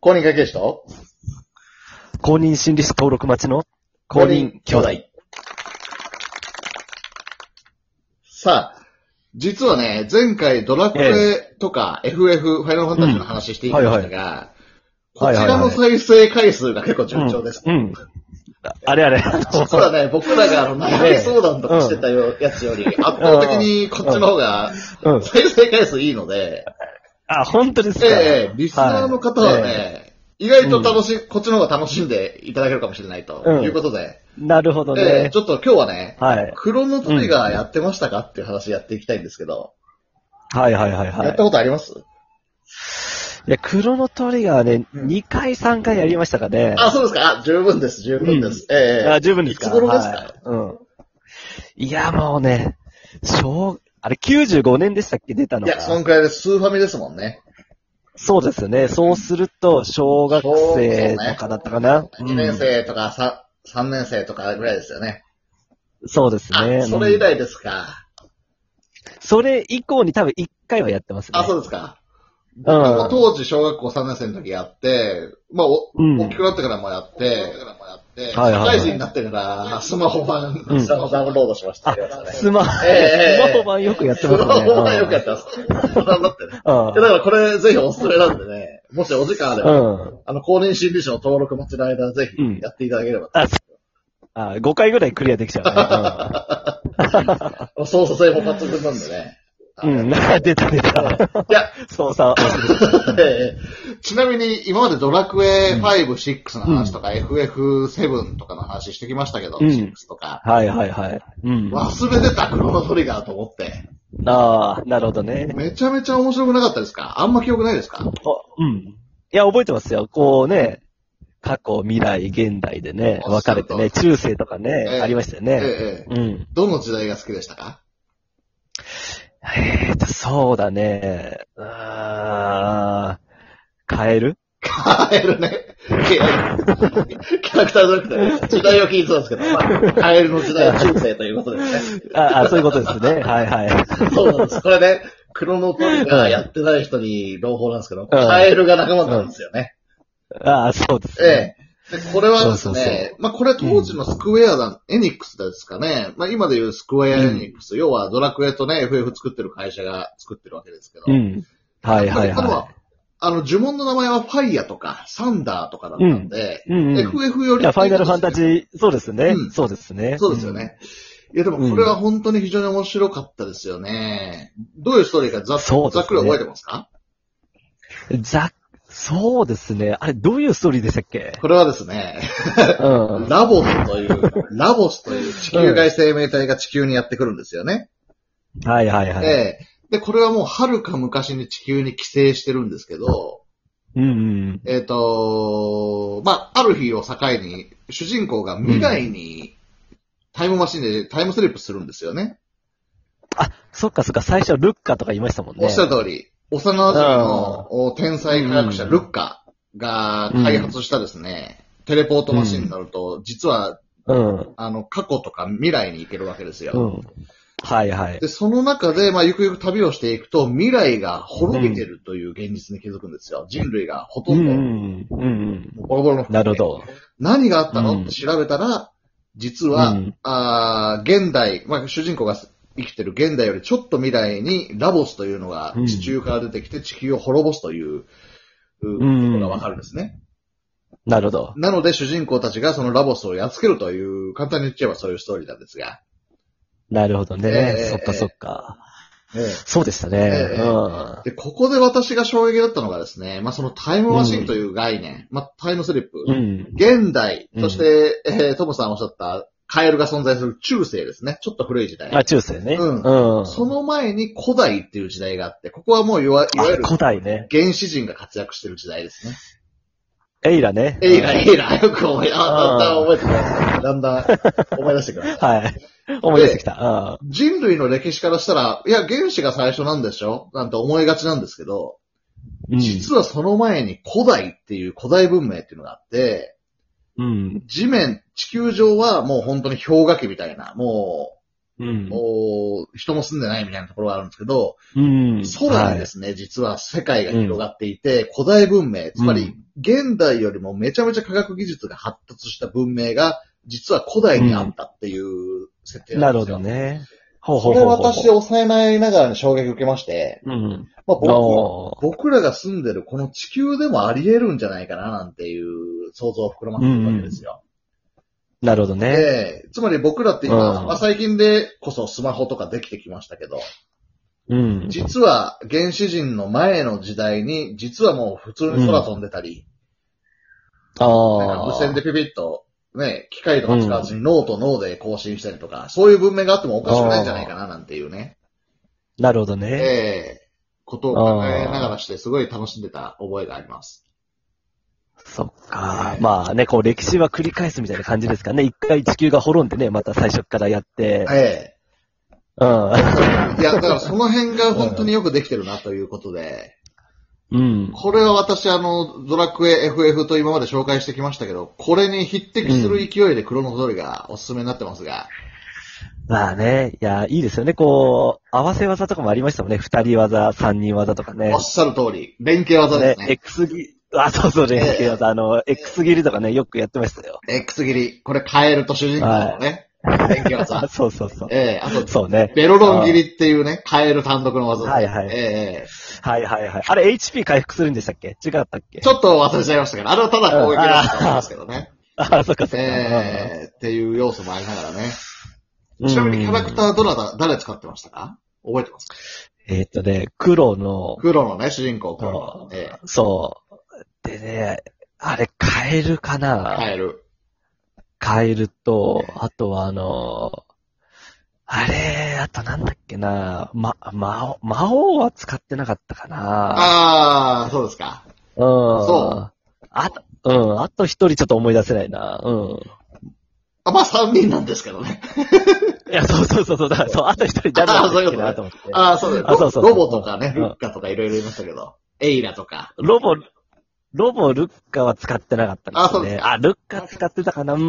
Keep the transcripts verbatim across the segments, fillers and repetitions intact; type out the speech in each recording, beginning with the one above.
公認会計士と公認心理師登録待ちの公認兄弟。 さあ、実はね、前回ドラクエとか エフエフ、ファイナルファンタジーの話していきましたが、こちらの再生回数が結構順調です。 うん。うん、あれあれ。 実はね、僕らがあの悩み相談とかしてたやつより、圧倒的にこっちの方が再生回数いいので、 あ、本当ですか？ ええ、リスナーの方はね、はいえー、意外と楽し、うん、こっちの方が楽しんでいただけるかもしれないということで。 うん、なるほどね、 えー。ちょっと今日はね、 はい、 クロノトリガーやってましたかっていう話やっていきたいんですけど。 はいはいはいはい。 やったことあります？ いや、クロノトリガーね、うん、にかいさんかいやりましたかね。 あ、そうですか。あ、十分です、十分です。うん、ええー、あ、十分ですか。 いつ頃ですか？はい、 うん。いや、もうね、小、あれきゅうじゅうごねんでしたっけ出たのか。 いや、そんくらいです。スーファミですもんね。 そうですね。そうすると、小学生とかだったかな。 ね、にねん生とか さ, さんねん生とかぐらいですよね。 そうですね。 それ以来ですか。 それ以降に多分いっかいはやってますね。 あ、そうですか。僕も当時小学校さんねん生の時やって、まあ、お、うん、大きくなってからもやって、社会人になってからスマホ版、うん、スマホダウンロードしました、ね。 スマホ、えー、スマホ版よくやってますね。 スマホ版よくやってます。スマホ版だってね。だからこれぜひおすすめなんでね、もしお時間あれば、うん、あの、公認心理師の登録待ちの間ぜひやっていただければ、うん。 あ、ごかいぐらいクリアできちゃうね。操作性も抜群なんでね。 うん、出た出た。いや、 そうさ、 ちなみに今までドラクエご、ろくの話とか、うん、エフエフセブン とかの話してきましたけど、うん、ろくとか。 はいはいはい。 うん、忘れてたクロノトリガーと思って。 ああ、なるほどね。 めちゃめちゃ面白くなかったですか？あんま記憶ないですか？ うん。いや、覚えてますよ。こうね、過去、未来、現代でね、分かれてね、中世とかね、えー、ありましたよね。 えーえー、うん。どの時代が好きでしたか？ えーと、そうだね。あー、カエルカエルね。キャラクターじゃなくて、時代を聞いてたんですけど、まあ、カエルの時代中世ということですね。 ああ、そういうことですね。はいはい。 そうなんです。これね、クロノトリガーやってない人に朗報なんですけど、うん、カエルが仲間なんですよね。 うん、ああ、そうですね。 ええ。でこれはですね、そうそうそうまあこれは当時のスクエアだ、うん、エニックスですかね。まあ今でいうスクエアエニックス、うん、要はドラクエとね、エフエフ 作ってる会社が作ってるわけですけど。 うん。はいはいはい。 あの、呪文の名前はファイヤとか、サンダーとかだったんで、 うんうんうん、 エフエフ より。 いや、ファイナルファンタジー、そうですね。うん、そうですね。 そうですよね。いや、でもこれは本当に非常に面白かったですよね。どういうストーリーかざっ、ね、ざっくり覚えてますか？ ざっそうですね。あれ、どういうストーリーでしたっけ？ これはですね、うん、ラボスという、ラボスという地球外生命体が地球にやってくるんですよね。 うん、はいはいはい。 えー、で、これはもう遥か昔に地球に寄生してるんですけど、 うんうん、 えっ、ー、と、まあ、ある日を境に、主人公が未来にタイムマシンでタイムスリップするんですよね。 あ、そっかそっか、最初ルッカとか言いましたもんね。 おっしゃる通り。幼馴染の天才科学者ルッカが開発したですね、うん、テレポートマシンになると、うん、実は、うん、あの、過去とか未来に行けるわけですよ。うん、 はいはい。 で、その中で、まあ、ゆくゆく旅をしていくと、未来が滅びてるという現実に気づくんですよ。人類がほとんど、うんうん、ボロボロの。 なるほど。 何があったの、うん、って調べたら、実は、うん、あ現代、まあ、主人公が生きてる現代よりちょっと未来にラボスというのが地中から出てきて地球を滅ぼすということがわかるんですね。 なるほど。 なので主人公たちがそのラボスをやっつけるという、簡単に言っちゃえばそういうストーリーなんですが。 なるほどね。えー、そっかそっか。えー、そうでしたね、えーうん。で、ここで私が衝撃だったのがですね、まあそのタイムマシンという概念、うん、まあタイムスリップ、うん、現代、そして、うん、えー、トムさんおっしゃったカエルが存在する中世ですね。ちょっと古い時代。 あ、中世ね。 うん。うん、その前に古代っていう時代があって、ここはもういわ、いわゆる古代ね。 原始人が活躍してる時代ですね。 エイラね。 エイラ、エイラ。よく思い、あ、だんだん覚えてください。だんだん思い出してください。はい。思い出してきた。 人類の歴史からしたら、いや、原始が最初なんでしょなんて思いがちなんですけど、うん、実はその前に古代っていう古代文明っていうのがあって、うん、地面、地球上はもう本当に氷河期みたいな、もう、うん、もう人も住んでないみたいなところがあるんですけど、うん、空にですね、はい、実は世界が広がっていて、うん、古代文明、つまり現代よりもめちゃめちゃ科学技術が発達した文明が、実は古代にあったっていう設定なんですよ。 なるほどね。ほうほうほうほうほう。それ私抑えないながらに衝撃受けまして、 うん。 まあ、僕, 僕らが住んでるこの地球でもあり得るんじゃないかななんていう想像を膨らませてるわけですよ。 うん、なるほどね。 えー、つまり僕らって今、うんまあ、最近でこそスマホとかできてきましたけど、 うん、 実は原始人の前の時代に、実はもう普通に空飛んでたり、 うん、ああ無線でピピッと、ね、機械とか使わずに脳と脳で更新したりとか、うん、そういう文明があってもおかしくないんじゃないかななんていうね。 なるほどね。 ええー、ことを考えながらしてすごい楽しんでた覚えがあります。 そっか、えー。まあね、こう歴史は繰り返すみたいな感じですかね。一回地球が滅んでね、また最初からやって。 ええー。うん。 いや、だからその辺が本当によくできてるなということで。 うん。 これは私、あの、ドラクエ エフエフ と今まで紹介してきましたけど、これに匹敵する勢いでクロノドリがおすすめになってますが。 うん、まあね、いや、いいですよね。こう、合わせ技とかもありましたもんね。二人技、三人技とかね。 おっしゃる通り。連携技ですね。 ね X 切り、あ、そうそう、連携技。えー、あの、X 切りとかね、よくやってましたよ。 X 切り。これカエルと主人公のね。はい、連携技。 そうそうそう。 ええー、あと、 そうね。 ベロロン切りっていうね、カエル単独の技です。 はいはい。 ええー、はいはいはい。あれ エイチピー 回復するんでしたっけ？違ったっけ？ ちょっと忘れちゃいましたけど、あれはただ攻撃だったと思うんですけどね。 ああ、そっかそっか。 ええー、っていう要素もありながらね。ちなみにキャラクターどなた、誰使ってましたか？覚えてますか？ えー、っとね、黒の。 黒のね、主人公黒の。 えー、そう。でね、あれ、カエルかな？ カエル。 カエルと、あとはあの、あれ、あとなんだっけな、ま、魔王、魔王は使ってなかったかな。 ああ、そうですか。 うん。そう。あと、うん、あと一人ちょっと思い出せないな。うん。 あ、まあ三人なんですけどね。 いや、そうそうそうそう、だからそう、あと一人誰だっけなと思って。 ああ、そうです。あ、そうそう。ロボとかね、ルッカとかいろいろいましたけど、エイラとか。 ロボ、ロボ、ルッカは使ってなかったんですね。あ、そうですか。あ、ルッカ使ってたかな、うん。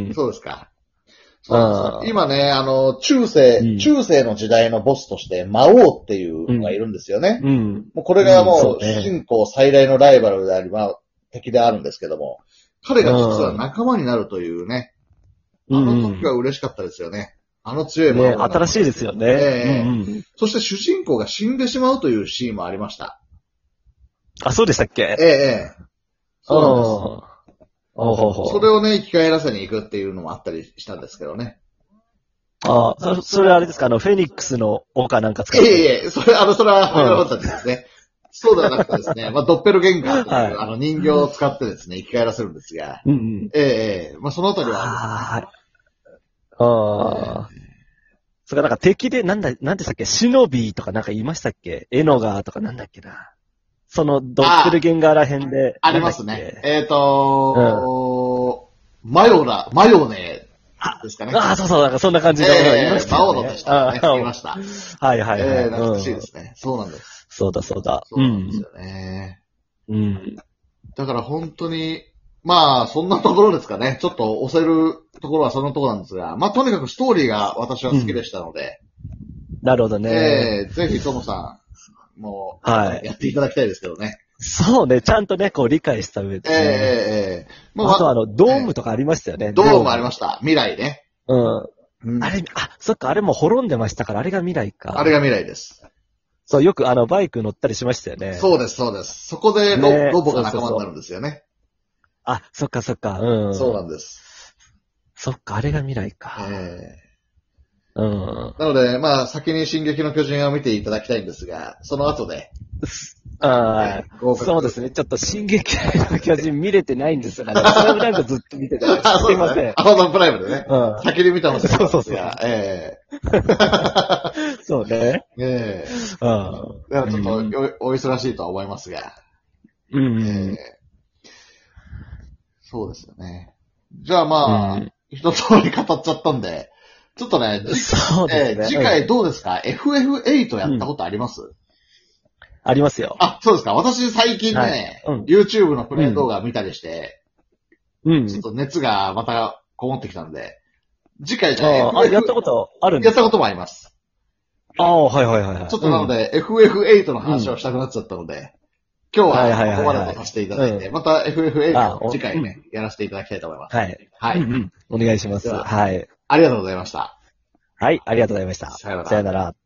そうですか。そうです。今ね、あの、中世、うん、中世の時代のボスとして、魔王っていうのがいるんですよね。 うん。 もうこれがもう、主人公最大のライバルであり、まあ、敵であるんですけども、彼が実は仲間になるというね、あの時は嬉しかったですよね。あの強い魔王、 ね。新しいですよね。 えーうんうん。そして主人公が死んでしまうというシーンもありました。 あ、そうでしたっけ？ ええええ。そうなんです。 おほほそれをね、生き返らせに行くっていうのもあったりしたんですけどね。 ああ、そ、それあれですか、あの、フェニックスの尾かなんか使って。 いえいえ、それ、あの、それは、ファイナルファンタジーですね。そうではなくてですね、まあ、ドッペルゲンガーという、はい、あの、人形を使ってですね、生き返らせるんですが。 うんうん。 ええええ、まあ、そのあたりはあるんですね。ああ。えーそれからなんか敵で、なんだ、なんでしたっけ、シノビーとかなんか言いましたっけ？エノガーとかなんだっけな。そのドッペルゲンガーら辺で。 ありますね。えっ、ー、とー、うん、マヨラ、マヨネーですかね。 ああ、そうそう、なんかそんな感じの。 えー、マオノでしたね。言いました。 はいはいはい。 えー、懐かしいですね、うん。そうなんです。 そうだそうだ。 そうなんですよね。 うん。 だから本当に、まあ、そんなところですかね。ちょっと押せるところはそのところなんですが、まあ、とにかくストーリーが私は好きでしたので。 うん、なるほどね。 ええー、ぜひともさん、もう、はい、やっていただきたいですけどね。 そうね、ちゃんとね、こう理解した上で、ね。 ええー、ええー、 まあ、あとあの、ドームとかありましたよね。 ドームありました。未来ね。 うん。うん、あれ、あ、そっか、あれも滅んでましたから、あれが未来か。 あれが未来です。 そう、よくあの、バイク乗ったりしましたよね。 そうです、そうです。そこでロ、ね、ロボが仲間になるんですよね。 あ、そっかそっか、うん。 そうなんです。 そっか、あれが未来か。 ええー、うん。 なので、まあ、先に進撃の巨人を見ていただきたいんですが、その後で。 ああ、そうですね。ちょっと進撃の巨人見れてないんですが、ね、スラムダンクずっと見てて、すいません。 アマゾンプライムでね。 うん、 先に見たのですが。 そうそうそう。 ええー、そうね。 ええー。 うん。だからちょっと、うん、お, お忙しいとは思いますが。 うん、 えー。そうですよね。じゃあまあ、うん、一通り語っちゃったんで、ちょっとね、 そうですね、 えー、次回どうですか、うん、エフエフエイト やったことあります、うん、 ありますよ。 あ、そうですか。私最近ね、はいうん、YouTube のプレイ動画見たりして、 うん、 ちょっと熱がまたこもってきたんで、次回じゃあ、 あ、エフエフ、あ、やったことあるんですか？ やったこともあります。 ああ、はいはいはい。 ちょっとなので、うん、エフエフエイト の話をしたくなっちゃったので、 今日はいはいはいはいはここまでとさせていただいて、また エフエフエーあの次回ね、やらせていただきたいと思います。 はい。 はい。 うんうん。お願いします。 でははい。 ありがとうございました。 はい、ありがとうございました。 さよならさよなら。